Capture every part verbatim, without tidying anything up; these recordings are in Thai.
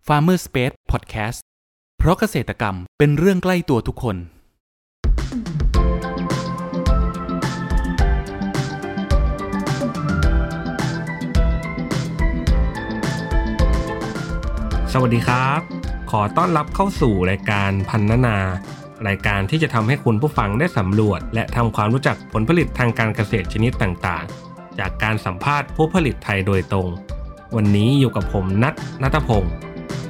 Farmer Space Podcast เพราะเกษตรกรรมเป็นเรื่องใกล้ตัวทุกคนสวัสดีครับขอต้อนรับเข้าสู่รายการพันนานารายการที่จะทำให้คุณผู้ฟังได้สำรวจและทำความรู้จักผลผลิตทางการเกษตรชนิดต่างๆจากการสัมภาษณ์ผู้ผลิตไทยโดยตรงวันนี้อยู่กับผมนัท ณัฐพงศ์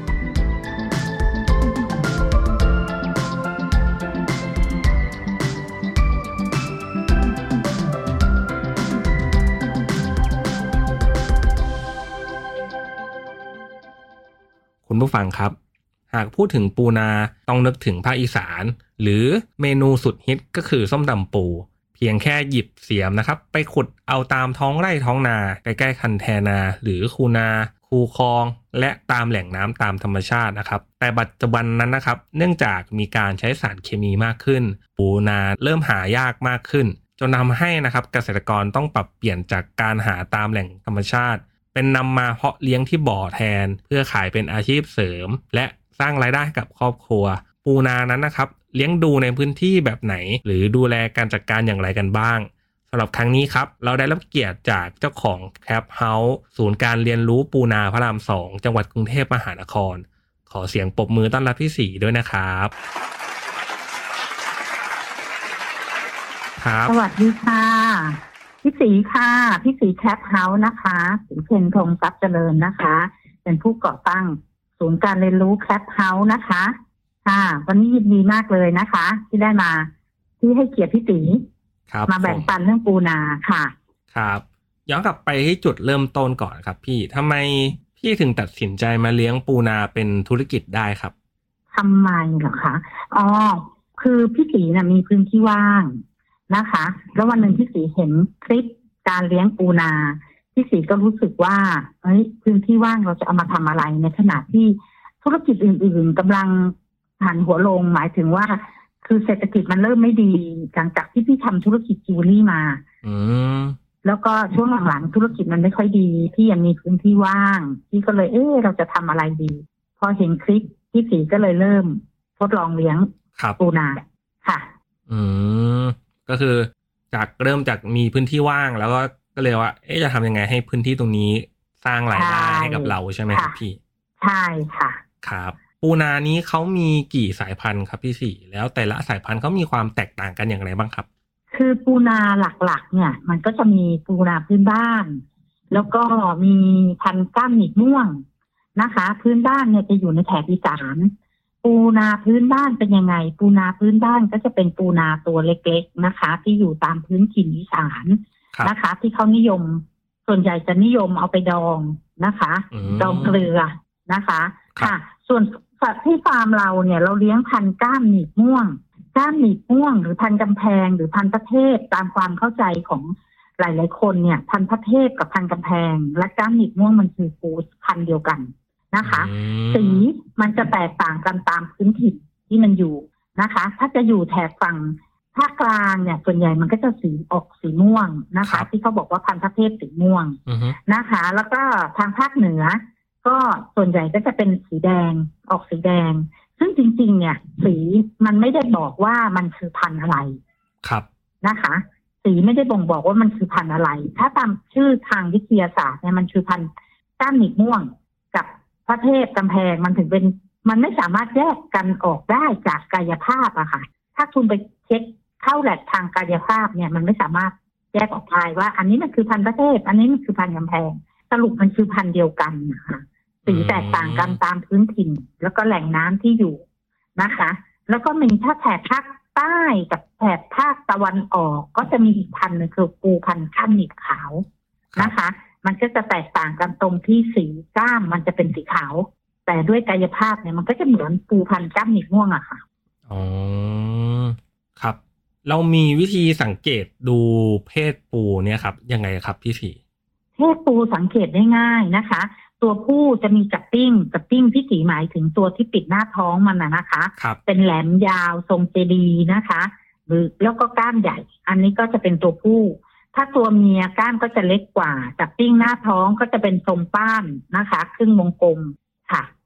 คุณผู้ฟังครับหากพูดถึงปูนาต้องนึกถึงภาคอีสานหรือเมนูสุดฮิตก็คือส้มตำปูเพียงแค่หยิบเสียมนะครับไปขุดเอาตามท้องไร่ท้องนาใกล้ๆคันแทนาหรือคูนาคูคลองและตามแหล่งน้ำตามธรรมชาตินะครับแต่ปัจจุบันนั้นนะครับเนื่องจากมีการใช้สารเคมีมากขึ้นปูนาเริ่มหายากมากขึ้นจนทำให้นะครับเกษตรกรต้องปรับเปลี่ยนจากการหาตามแหล่งธรรมชาติเป็นนำมาเพาะเลี้ยงที่บ่อแทนเพื่อขายเป็นอาชีพเสริมและสร้างรายได้ให้กับครอบครัวปูนานั้นนะครับเลี้ยงดูในพื้นที่แบบไหนหรือดูแลการจัดการอย่างไรกันบ้างสำหรับครั้งนี้ครับเราได้รับเกียรติจากเจ้าของแคปเฮาส์ศูนย์การเรียนรู้ปูนาพระรามสองจังหวัดกรุงเทพมหานครขอเสียงปรบมือต้อนรับพี่ศรีด้วยนะครับครับสวัสดีค่ะพี่ศรีค่ะพี่ศรีแคปเฮาส์นะคะศรีเพ็ญพงษ์ทรัพย์เจริญนะคะเป็นผู้ก่อตั้งศูนย์การเรียนรู้แคปเฮาส์นะคะค่ะวันนี้ยินดีมากเลยนะคะที่ได้มาที่ให้เกียรติพี่ศรีมาแบ่งปันเรื่องปูนาค่ะครับย้อนกลับไปที่จุดเริ่มต้นก่อนครับพี่ทำไมพี่ถึงตัดสินใจมาเลี้ยงปูนาเป็นธุรกิจได้ครับทำไมเหรอคะอ๋อคือพี่ศรีน่ะมีพื้นที่ว่างนะคะแล้ววันหนึ่งพี่ศรีเห็นคลิปการเลี้ยงปูนาพี่ศรีก็รู้สึกว่าเฮ้ยพื้นที่ว่างเราจะเอามาทำอะไรในขณะที่ธุรกิจอื่นๆกำลังหันหัวลงหมายถึงว่าคือเศรษฐกิจมันเริ่มไม่ดีหลังจากที่พี่ทำธุรกิจจิวเวลรี่มาอืมแล้วก็ช่วงหลังๆธุรกิจมันไม่ค่อยดีพี่ยังมีพื้นที่ว่างพี่ก็เลยเอ๊ะเราจะทำอะไรดีพอเห็นคลิปพี่ศรีก็เลยเริ่มทดลองเลี้ยงปูนาค่ะอืมก็คือจากเริ่มจากมีพื้นที่ว่างแล้วก็ก็เลยว่าเอ๊ะจะทำยังไงให้พื้นที่ตรงนี้สร้างรายได้ให้กับเราใช่ไหมครับพี่ใช่ค่ะครับปูนานี้เขามีกี่สายพันธุ์ครับพี่ศรีแล้วแต่ละสายพันธุ์เขามีความแตกต่างกันอย่างไรบ้างครับคือปูนาหลักๆเนี่ยมันก็จะมีปูนาพื้นบ้านแล้วก็มีพันธุ์ก้ามหนีบม่วงนะคะพื้นบ้านเนี่ยจะอยู่ในแถบอีสานปูนาพื้นบ้านเป็นยังไงปูนาพื้นบ้านก็จะเป็นปูนาตัวเล็กๆนะคะที่อยู่ตามพื้นถิ่นอีสานนะคะที่เขานิยมส่วนใหญ่จะนิยมเอาไปดองนะคะดองเกลือนะคะค่ะส่วนสัตว์ที่ฟาร์มเราเนี่ยเราเลี้ยงพันธุ์ก้ามหนีบม่วงก้ามหนีบม่วงหรือพันธุ์กำแพงหรือพันธุ์ประเทศตามความเข้าใจของหลายๆคนเนี่ยพันธุ์ประเทศกับพันธุ์กำแพงและก้ามหนีบม่วงมันคือปูพันธุ์เดียวกันนะคะสีมันจะแตกต่างกันตามพื้นถิ่นที่มันอยู่นะคะถ้าจะอยู่แถบฝั่งภาคกลางเนี่ยส่วนใหญ่มันก็จะสีออกสีม่วงนะคะที่เขาบอกว่าพันธุ์ประเภทสีม่วงนะคะแล้วก็ทางภาคเหนือก็ส่วนใหญ่ก็จะเป็นสีแดงออกสีแดงซึ่งจริงๆเนี่ยสีมันไม่ได้บอกว่ามันคือพันธุ์อะไรครับนะคะสีไม่ได้บ่งบอกว่ามันคือพันธุ์อะไรถ้าตามชื่อทางวิทยาศาสตร์เนี่ยมันคือพันธุ์ก้ามหนีบม่วงกับพระเทพกำแพงมันถึงเป็นมันไม่สามารถแยกกันออกได้จากกายภาพอะค่ะถ้าคุณไปเช็คเข้าแลบทางกายภาพเนี่ยมันไม่สามารถแยกออกได้ว่าอันนี้มันคือพันธุ์พระเทพอันนี้มันคือพันธุ์กำแพงสรุปมันคือพันธุ์เดียวกันนะคะสีแตกต่างกันตามพื้นถิ่นแล้วก็แหล่งน้ำที่อยู่นะคะแล้วก็มีถ้าแถบภาคใต้กับแถบภาคตะวันออกก็จะมีอีกพันธุ์นึงคือปูพันธุ์ก้ามหนีบขาวนะคะมันก็จะแตกต่างกันตรงที่สีก้ามมันจะเป็นสีขาวแต่ด้วยกายภาพเนี่ยมันก็จะเหมือนปูพันธุ์ก้ามหนีบม่วงอะค่ะอ๋อครับเรามีวิธีสังเกตดูเพศปูเนี่ยครับยังไงครับพี่ศรีเพศปูสังเกตได้ง่ายนะคะตัวผู้จะมีจับปิ้งจับปิ้งพี่ศรีหมายถึงตัวที่ปิดหน้าท้องมันนะนะคะเป็นแหลมยาวทรงเจดีนะคะหรือแล้วก็ก้ามใหญ่อันนี้ก็จะเป็นตัวผู้ถ้าตัวเมียก้ามก็จะเล็กกว่าจับปิ้งหน้าท้องก็จะเป็นทรงป้านนะคะครึ่งวงกลมค่ะ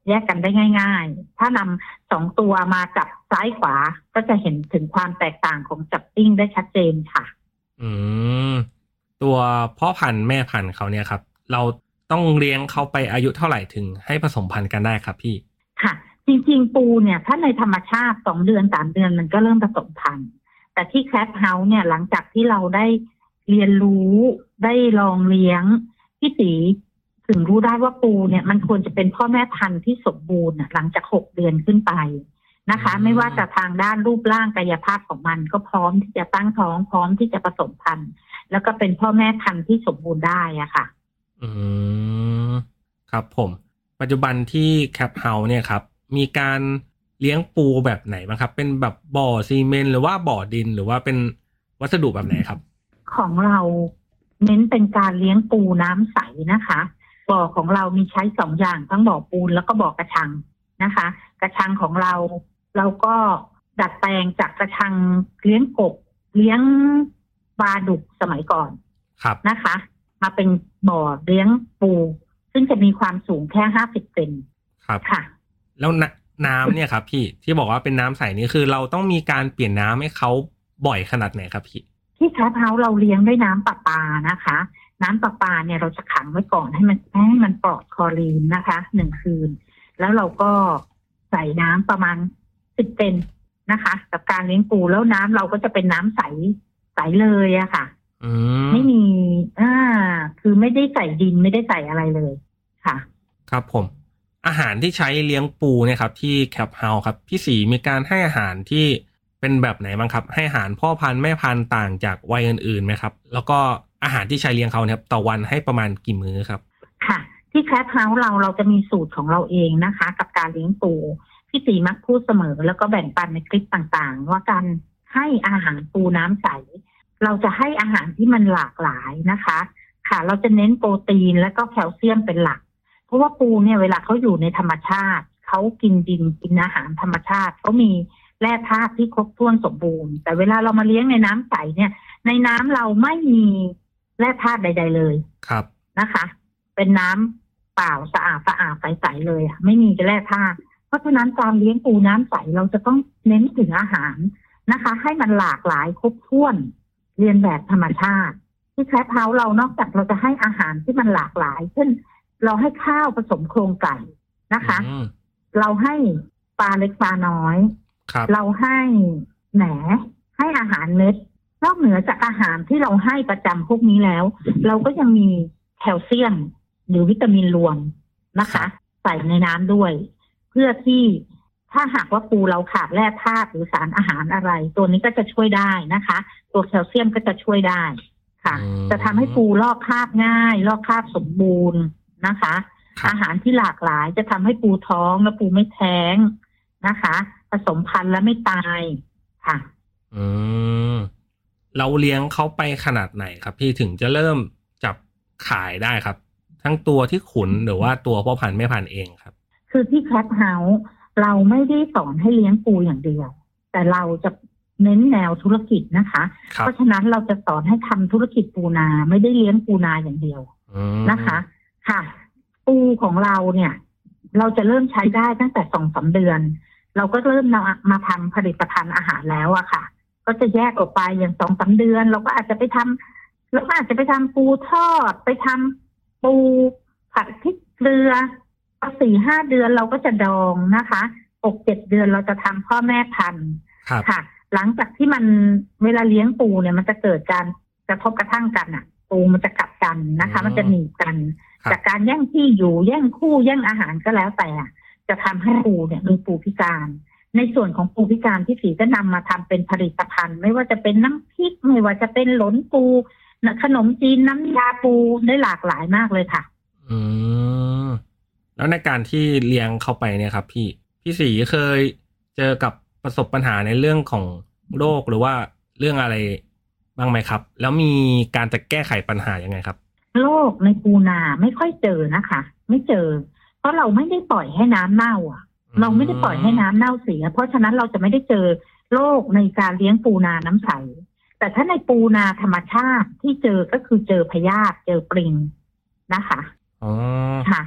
แยกกันได้ง่ายๆถ้านำสองตัวมาจับซ้ายขวาก็จะเห็นถึงความแตกต่างของจับติ้งได้ชัดเจนค่ะอืมตัวพ่อพันธุ์แม่พันธุ์เขาเนี่ยครับเราต้องเลี้ยงเขาไปอายุเท่าไหร่ถึงให้ผสมพันธุ์กันได้ครับพี่ค่ะจริงๆปูเนี่ยถ้าในธรรมชาติสองเดือนสามเดือนมันก็เริ่มผสมพันธุ์แต่ที่แคทเฮาส์เนี่ยหลังจากที่เราได้เรียนรู้ได้ลองเลี้ยงพี่ตีถึงรู้ได้ว่าปูเนี่ยมันควรจะเป็นพ่อแม่พันธุ์ที่สมบูรณ์หลังจากหกเดือนขึ้นไปนะคะไม่ว่าจะทางด้านรูปร่างกายภาพของมันก็พร้อมที่จะตั้งท้องพร้อมที่จะผสมพันธุ์แล้วก็เป็นพ่อแม่พันธุ์ที่สมบูรณ์ได้อะค่ะอืมครับผมปัจจุบันที่แคปเฮาส์เนี่ยครับมีการเลี้ยงปูแบบไหนบ้างครับเป็นแบบบ่อซีเมนต์หรือว่าบ่อดินหรือว่าเป็นวัสดุแบบไหนครับของเราเน้นเป็นการเลี้ยงปูน้ำใสนะคะบ่อของเรามีใช้สองอย่างทั้งบ่อปูนแล้วก็บ่อกระชังนะคะกระชังของเราเราก็ดัดแปลงจากกระชังเลี้ยงกบเลี้ยงปลาดุกสมัยก่อนนะคะมาเป็นบ่อเลี้ยงปูซึ่งจะมีความสูงแค่ห้าสิบเซนครับค่ะแล้วน้ำเนี่ยครับพี่ที่บอกว่าเป็นน้ำใสนี่คือเราต้องมีการเปลี่ยนน้ำให้เขาบ่อยขนาดไหนครับพี่ที่แคทเฮาส์เราเลี้ยงด้วยน้ำประปานะคะน้ำประปาเนี่ยเราจะขังไว้ก่อนให้มันให้มันปลอดคลอรีนนะคะหนึ่งคืนแล้วเราก็ใส่น้ำประมาณสิบเซนนะคะกับการเลี้ยงปูแล้วน้ำเราก็จะเป็นน้ำใสใสเลยอะค่ะไม่มีอ่าคือไม่ได้ใส่ดินไม่ได้ใส่อะไรเลยค่ะครับผมอาหารที่ใช้เลี้ยงปูเนี่ยครับที่แคปเฮาส์ครับพี่ศรีมีการให้อาหารที่เป็นแบบไหนบ้างครับให้อาหารพ่อพันธุ์แม่พันธุ์ต่างจากวัยอื่นๆไหมครับแล้วก็อาหารที่ใช้เลี้ยงเขาเนี่ยต่อวันให้ประมาณกี่มื้อครับค่ะที่แคทเฮาส์เราเราจะมีสูตรของเราเองนะคะกับการเลี้ยงปูพี่ตีมักพูดเสมอแล้วก็แบ่งปันในคลิปต่างๆว่าการให้อาหารปูน้ำใสเราจะให้อาหารที่มันหลากหลายนะคะค่ะเราจะเน้นโปรตีนและก็แคลเซียมเป็นหลักเพราะว่าปูเนี่ยเวลาเขาอยู่ในธรรมชาติเขากินดินกินอาหารธรรมชาติเขามีแร่ธาตุที่ครบถ้วนสมบูรณ์แต่เวลาเรามาเลี้ยงในน้ำใสเนี่ยในน้ำเราไม่มีแร่ธาตุใดๆเลยครับนะคะเป็นน้ำเปล่าสะอาดสะอาดใสๆเลยไม่มีแร่ธาตุเพราะฉะนั้นการเลี้ยงปูน้ำใสเราจะต้องเน้นถึงอาหารนะคะให้มันหลากหลายครบถ้วนเรียนแบบธรรมชาติที่แคทเฮาส์เรานอกจากเราจะให้อาหารที่มันหลากหลายเช่นเราให้ข้าวผสมโครงไก่นะคะเราให้ปลาเล็กปลาน้อยเราให้แหนให้อาหารเม็ดนอกเหนือจากอาหารที่เราให้ประจำพวกนี้แล้วเราก็ยังมีแคลเซียมหรือวิตามินรวมนะคะใส่ในน้ำด้วยเพื่อที่ถ้าหากว่าปูเราขาดแร่ธาตุหรือสารอาหารอะไรตัวนี้ก็จะช่วยได้นะคะตัวแคลเซียมก็จะช่วยได้ค่ะจะทำให้ปูลอกคราบง่ายลอกคราบสมบูรณ์นะคะอาหารที่หลากหลายจะทำให้ปูท้องและปูไม่แท้งนะคะผสมพันธุ์และไม่ตายค่ะอืมเราเลี้ยงเขาไปขนาดไหนครับพี่ถึงจะเริ่มจับขายได้ครับทั้งตัวที่ขุนหรือว่าตัวพ่อพันธุ์แม่พันธุ์เองครับคือที่แคทเฮาส์เราไม่ได้สอนให้เลี้ยงปูอย่างเดียวแต่เราจะเน้นแนวธุรกิจนะคะเพราะฉะนั้นเราจะสอนให้ทำธุรกิจปูนาไม่ได้เลี้ยงปูนาอย่างเดียวนะคะค่ะปูของเราเนี่ยเราจะเริ่มใช้ได้ตั้งแต่สองสามเดือนเราก็เริ่มมาทำผลิตภัณฑ์อาหารแล้วอะค่ะก็จะแยกออกไปอย่างสองสามเดือนเราก็อาจจะไปทำเราก็อาจจะไปทำปูทอดไปทำปูผัดพริกเกลือสี่ห้าเดือนเราก็จะดองนะคะหกเจ็ดเดือนเราจะทำพ่อแม่พันธุ์ค่ะหลังจากที่มันเวลาเลี้ยงปูเนี่ยมันจะเกิดการกระทบกระทั่งกันอะปูมันจะกัดกันนะคะมันจะหนีบกันจากการแย่งที่อยู่แย่งคู่แย่งอาหารก็แล้วแต่จะทำให้ปูเนี่ยมีปูพิการในส่วนของปูพิการที่สีก็นำมาทำเป็นผลิตภัณฑ์ไม่ว่าจะเป็นน้ำพริกไม่ว่าจะเป็นหลนปูขนมจีนน้ำยาปูได้หลากหลายมากเลยค่ะอืมแล้วในการที่เลี้ยงเข้าไปเนี่ยครับพี่พี่ศรีเคยเจอกับประสบปัญหาในเรื่องของโรคหรือว่าเรื่องอะไรบ้างไหมครับแล้วมีการจะแก้ไขปัญหายังไงครับโรคในปูนาไม่ค่อยเจอนะคะไม่เจอเพราะเราไม่ได้ปล่อยให้น้ำเน่าอ่ะเราไม่ได้ปล่อยให้น้ำเน่าเสียเพราะฉะนั้นเราจะไม่ได้เจอโรคในการเลี้ยงปูนาน้ำใสแต่ถ้าในปูนาธรรมชาติที่เจอก็คือเจอพยาธิเจอปริงนะคะอ๋อค่ะ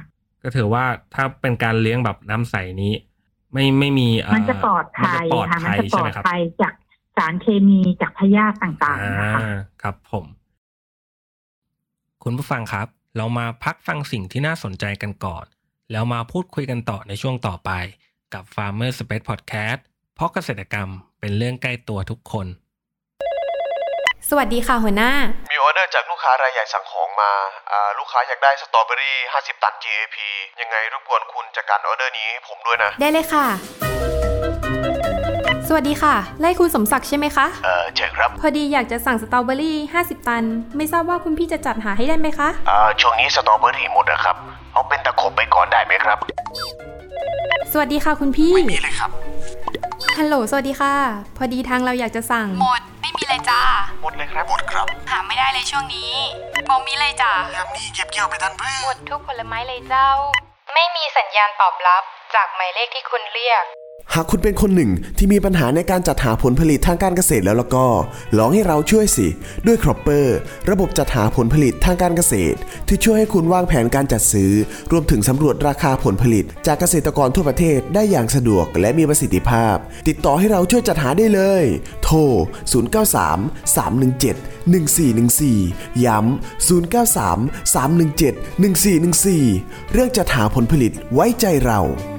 ก็ถือว่าถ้าเป็นการเลี้ยงแบบน้ำใสนี้ไม่ไม่มีมันจะปลอดภัยค่ะมันจะปลอดภัยจากสารเคมีจากพยาธิต่างๆนะคะครับผมคุณผู้ฟังครับเรามาพักฟังสิ่งที่น่าสนใจกันก่อนแล้วมาพูดคุยกันต่อในช่วงต่อไปกับ Farmer Space Podcast เพราะเกษตรกรรมเป็นเรื่องใกล้ตัวทุกคนสวัสดีค่ะหัวหน้ามีออเดอร์จากลูกค้ารายใหญ่สั่งของมาอ่าลูกค้าอยากได้สตรอเบอรี่ห้าสิบตัน จี เอ พี ยังไงรบกวนคุณจัดการออเดอร์นี้ให้ผมด้วยนะได้เลยค่ะสวัสดีค่ะไล่คุณสมศักดิ์ใช่ไหมคะเออใช่ครับพอดีอยากจะสั่งสตรอเบอรี่ห้าสิบตันไม่ทราบว่าคุณพี่จะจัดหาให้ได้ไหมคะอ่าช่วงนี้สตรอเบอรี่หมดอะครับเอาเป็นตะขบไปก่อนได้ไหมครับสวัสดีค่ะคุณพี่ไม่มีเลยครับฮัลโหลสวัสดีค่ะพอดีทางเราอยากจะสั่งหมดไม่มีเลยจ้าหมดเลยครับหมดครับหาไม่ได้เลยช่วงนี้บ่มีเลยจ้าอย่ามีเก็บเกี่ยวไปทันเพื่อนหมดทุกผลไม้เลยเจ้าไม่มีสัญญาณตอบรับจากหมายเลขที่คุณเรียกหากคุณเป็นคนหนึ่งที่มีปัญหาในการจัดหาผลผลิตทางการเกษตรแล้วล่ะก็ลองให้เราช่วยสิด้วย Cropper ระบบจัดหาผลผลิตทางการเกษตรที่ช่วยให้คุณวางแผนการจัดซื้อรวมถึงสำรวจราคาผลผลิตจากเกษตรกรทั่วประเทศได้อย่างสะดวกและมีประสิทธิภาพติดต่อให้เราช่วยจัดหาได้เลยโทรศูนย์ เก้า สาม สาม หนึ่ง เจ็ด หนึ่ง สี่ หนึ่ง สี่ย้ำศูนย์ เก้า สาม สาม หนึ่ง เจ็ด หนึ่ง สี่ หนึ่ง สี่เรื่องจัดหาผลผลิตไว้ใจเรา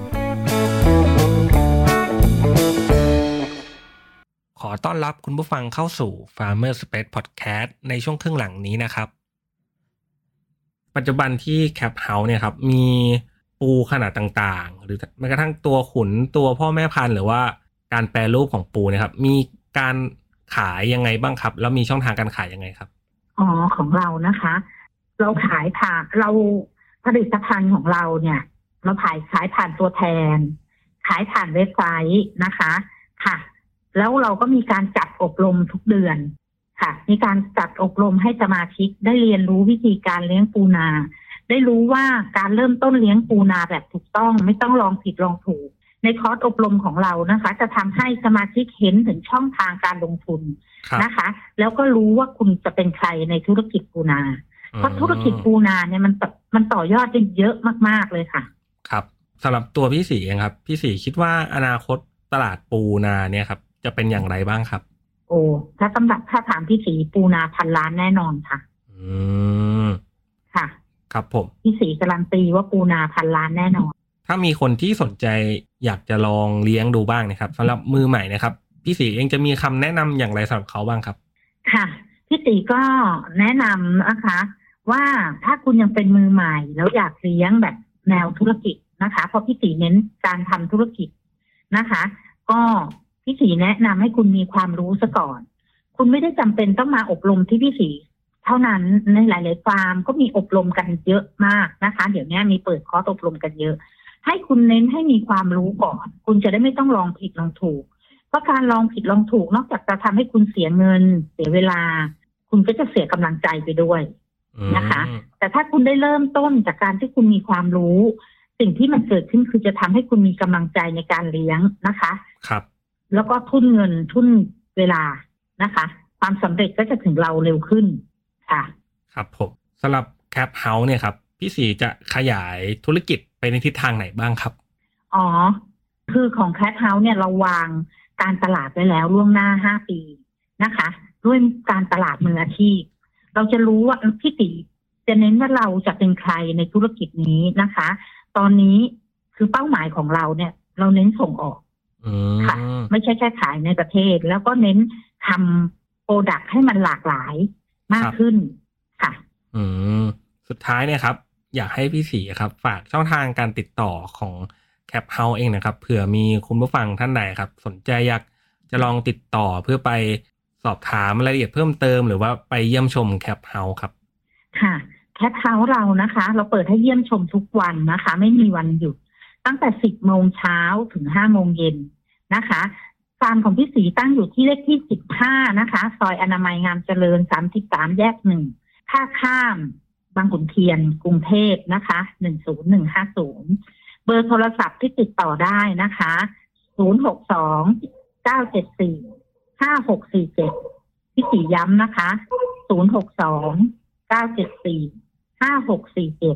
ขอต้อนรับคุณผู้ฟังเข้าสู่ Farmer Space Podcast ในช่วงครึ่งหลังนี้นะครับปัจจุบันที่ Cap House เนี่ยครับมีปูขนาดต่างๆหรือแม้กระทั่งตัวขุนตัวพ่อแม่พันธุ์หรือว่าการแปรรูปของปูเนี่ยครับมีการขายยังไงบ้างครับแล้วมีช่องทางการขายยังไงครับอ๋อของเรานะคะเราขายผ่านเราผลิตภัณฑ์ของเราเนี่ยเราขายขายผ่านตัวแทนขายผ่านเว็บไซต์นะคะค่ะแล้วเราก็มีการจัดอบรมทุกเดือนค่ะมีการจัดอบรมให้สมาชิกได้เรียนรู้วิธีการเลี้ยงปูนาได้รู้ว่าการเริ่มต้นเลี้ยงปูนาแบบถูกต้องไม่ต้องลองผิดลองถูกในคอร์สอบรมของเรานะคะจะทำให้สมาชิกเห็นถึงช่องทางการลงทุนนะคะแล้วก็รู้ว่าคุณจะเป็นใครในธุรกิจปูนาเพราะธุรกิจปูนาเนี่ยมันมันต่อยอดได้เยอะมากๆเลยค่ะครับสำหรับตัวพี่ศรีเองครับพี่ศรีคิดว่าอนาคตตลาดปูนาเนี่ยครับจะเป็นอย่างไรบ้างครับโอ้ถ้าสำหรับถ้าถามพี่ศรีปูนาพันล้านแน่นอนค่ะอืมค่ะครับผมพี่ศรีการันตีว่าปูนาพันล้านแน่นอนถ้ามีคนที่สนใจอยากจะลองเลี้ยงดูบ้างนะครับสำหรับมือใหม่นะครับพี่ศรีเองจะมีคำแนะนำอย่างไรสำหรับเขาบ้างครับค่ะพี่ศรีก็แนะนำนะคะว่าถ้าคุณยังเป็นมือใหม่แล้วอยากเลี้ยงแบบแนวธุรกิจนะคะเพราะพี่ศรีเน้นการทำธุรกิจนะคะก็พี่ศรีแนะนำให้คุณมีความรู้ซะก่อนคุณไม่ได้จำเป็นต้องมาอบรมที่พี่ศรีเท่านั้นในหลายๆฟาร์มก็มีอบรมกันเยอะมากนะคะเดี๋ยวนี้มีเปิดคอร์สอบรมกันเยอะให้คุณเน้นให้มีความรู้ก่อนคุณจะได้ไม่ต้องลองผิดลองถูกเพราะการลองผิดลองถูกนอกจากจะทำให้คุณเสียเงินเสียเวลาคุณก็จะเสียกำลังใจไปด้วยนะคะแต่ถ้าคุณได้เริ่มต้นจากการที่คุณมีความรู้สิ่งที่มันเกิดขึ้นคือจะทำให้คุณมีกำลังใจในการเลี้ยงนะคะครับแล้วก็ทุนเงินทุนเวลานะคะความสำเร็จก็จะถึงเราเร็วขึ้นค่ะครับผมสำหรับ Cap House เนี่ยครับพี่ศรีจะขยายธุรกิจไปในทิศทางไหนบ้างครับอ๋อคือของ Cap House เนี่ยเราวางการตลาดไว้แล้วล่วงหน้าห้าปีนะคะด้วยการตลาดมืออาชีพเราจะรู้ว่าพี่ศรีจะเน้นว่าเราจะเป็นใครในธุรกิจนี้นะคะตอนนี้คือเป้าหมายของเราเนี่ยเราเน้นส่งออกค่ะไม่ใช่แค่ขายในประเทศแล้วก็เน้นทำโปรดักต์ให้มันหลากหลายมากขึ้นค่ะอืมสุดท้ายเนี่ยครับอยากให้พี่ศรีครับฝากช่องทางการติดต่อของ Cap House เองนะครับเผื่อมีคุณผู้ฟังท่านใดครับสนใจอยากจะลองติดต่อเพื่อไปสอบถามรายละเอียดเพิ่มเติมหรือว่าไปเยี่ยมชม Cap House ครับค่ะ Cap House เรานะคะเราเปิดให้เยี่ยมชมทุกวันนะคะไม่มีวันหยุดตั้งแต่สิบโมงเช้าถึงห้าโมงเย็นนะคะฟาร์มของพี่ศรีตั้งอยู่ที่เลขที่สิบห้านะคะซอยอนามัยงามเจริญสามสิบสามแยกหนึ่งท่าข้ามบางขุนเทียนกรุงเทพนะคะหนึ่งศูนย์หนึ่งห้าศูนย์เบอร์โทรศัพท์ที่ติดต่อได้นะคะศูนย์หกสองเก้าเจ็ดสี่ห้าหกสี่เจ็ดพี่ศรีย้ำนะคะศูนย์หกสองเก้าเจ็ดสี่ห้าหกสี่เจ็ด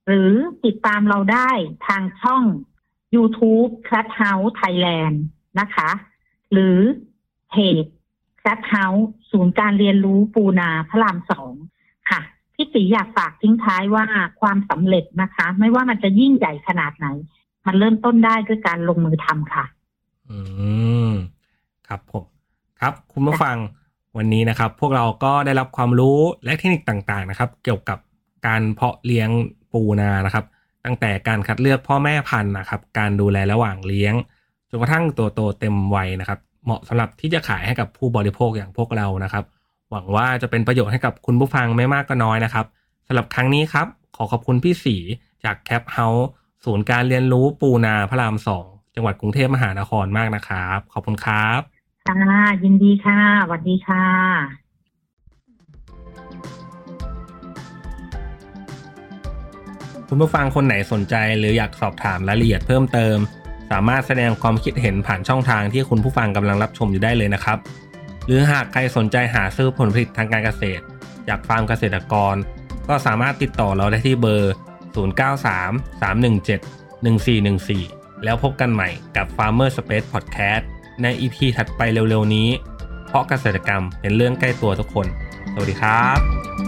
หรือติดตามเราได้ทางช่อง YouTube Cat House Thailand นะคะหรือเพจ Cat House ศูนย์การเรียนรู้ปูนาพระรามสองค่ะพี่ศรีอยากฝากทิ้งท้ายว่าความสำเร็จนะคะไม่ว่ามันจะยิ่งใหญ่ขนาดไหนมันเริ่มต้นได้ด้วยการลงมือทำค่ะอืมครับผมครับคุณผู้ฟังวันนี้นะครับพวกเราก็ได้รับความรู้และเทคนิคต่างๆนะครับเกี่ยวกับการเพาะเลี้ยงปูนานะครับตั้งแต่การคัดเลือกพ่อแม่พันธุ์นะครับการดูแลระหว่างเลี้ยงจนกระทั่งตัวโตเต็มวัยนะครับเหมาะสำหรับที่จะขายให้กับผู้บริโภคอย่างพวกเรานะครับหวังว่าจะเป็นประโยชน์ให้กับคุณผู้ฟังไม่มากก็น้อยนะครับสำหรับครั้งนี้ครับขอขอบคุณพี่ศรีจากแคปเฮาส์ศูนย์การเรียนรู้ปูนาพระรามสองจังหวัดกรุงเทพมหานครมากนะครับขอบคุณครับค่ะยินดีค่ะสวัสดีค่ะคุณผู้ฟังคนไหนสนใจหรืออยากสอบถามรายละเอียดเพิ่มเติมสามารถแสดงความคิดเห็นผ่านช่องทางที่คุณผู้ฟังกำลังรับชมอยู่ได้เลยนะครับหรือหากใครสนใจหาซื้อผลผลิตทางการเกษตรจากฟาร์มเกษตรกรก็สามารถติดต่อเราได้ที่เบอร์ศูนย์ เก้า สาม สาม หนึ่ง เจ็ด หนึ่ง สี่ หนึ่ง สี่แล้วพบกันใหม่กับ Farmer Space Podcast ใน อี พี ถัดไปเร็วๆนี้เพราะเกษตรกรรมเป็นเรื่องใกล้ตัวทุกคนสวัสดีครับ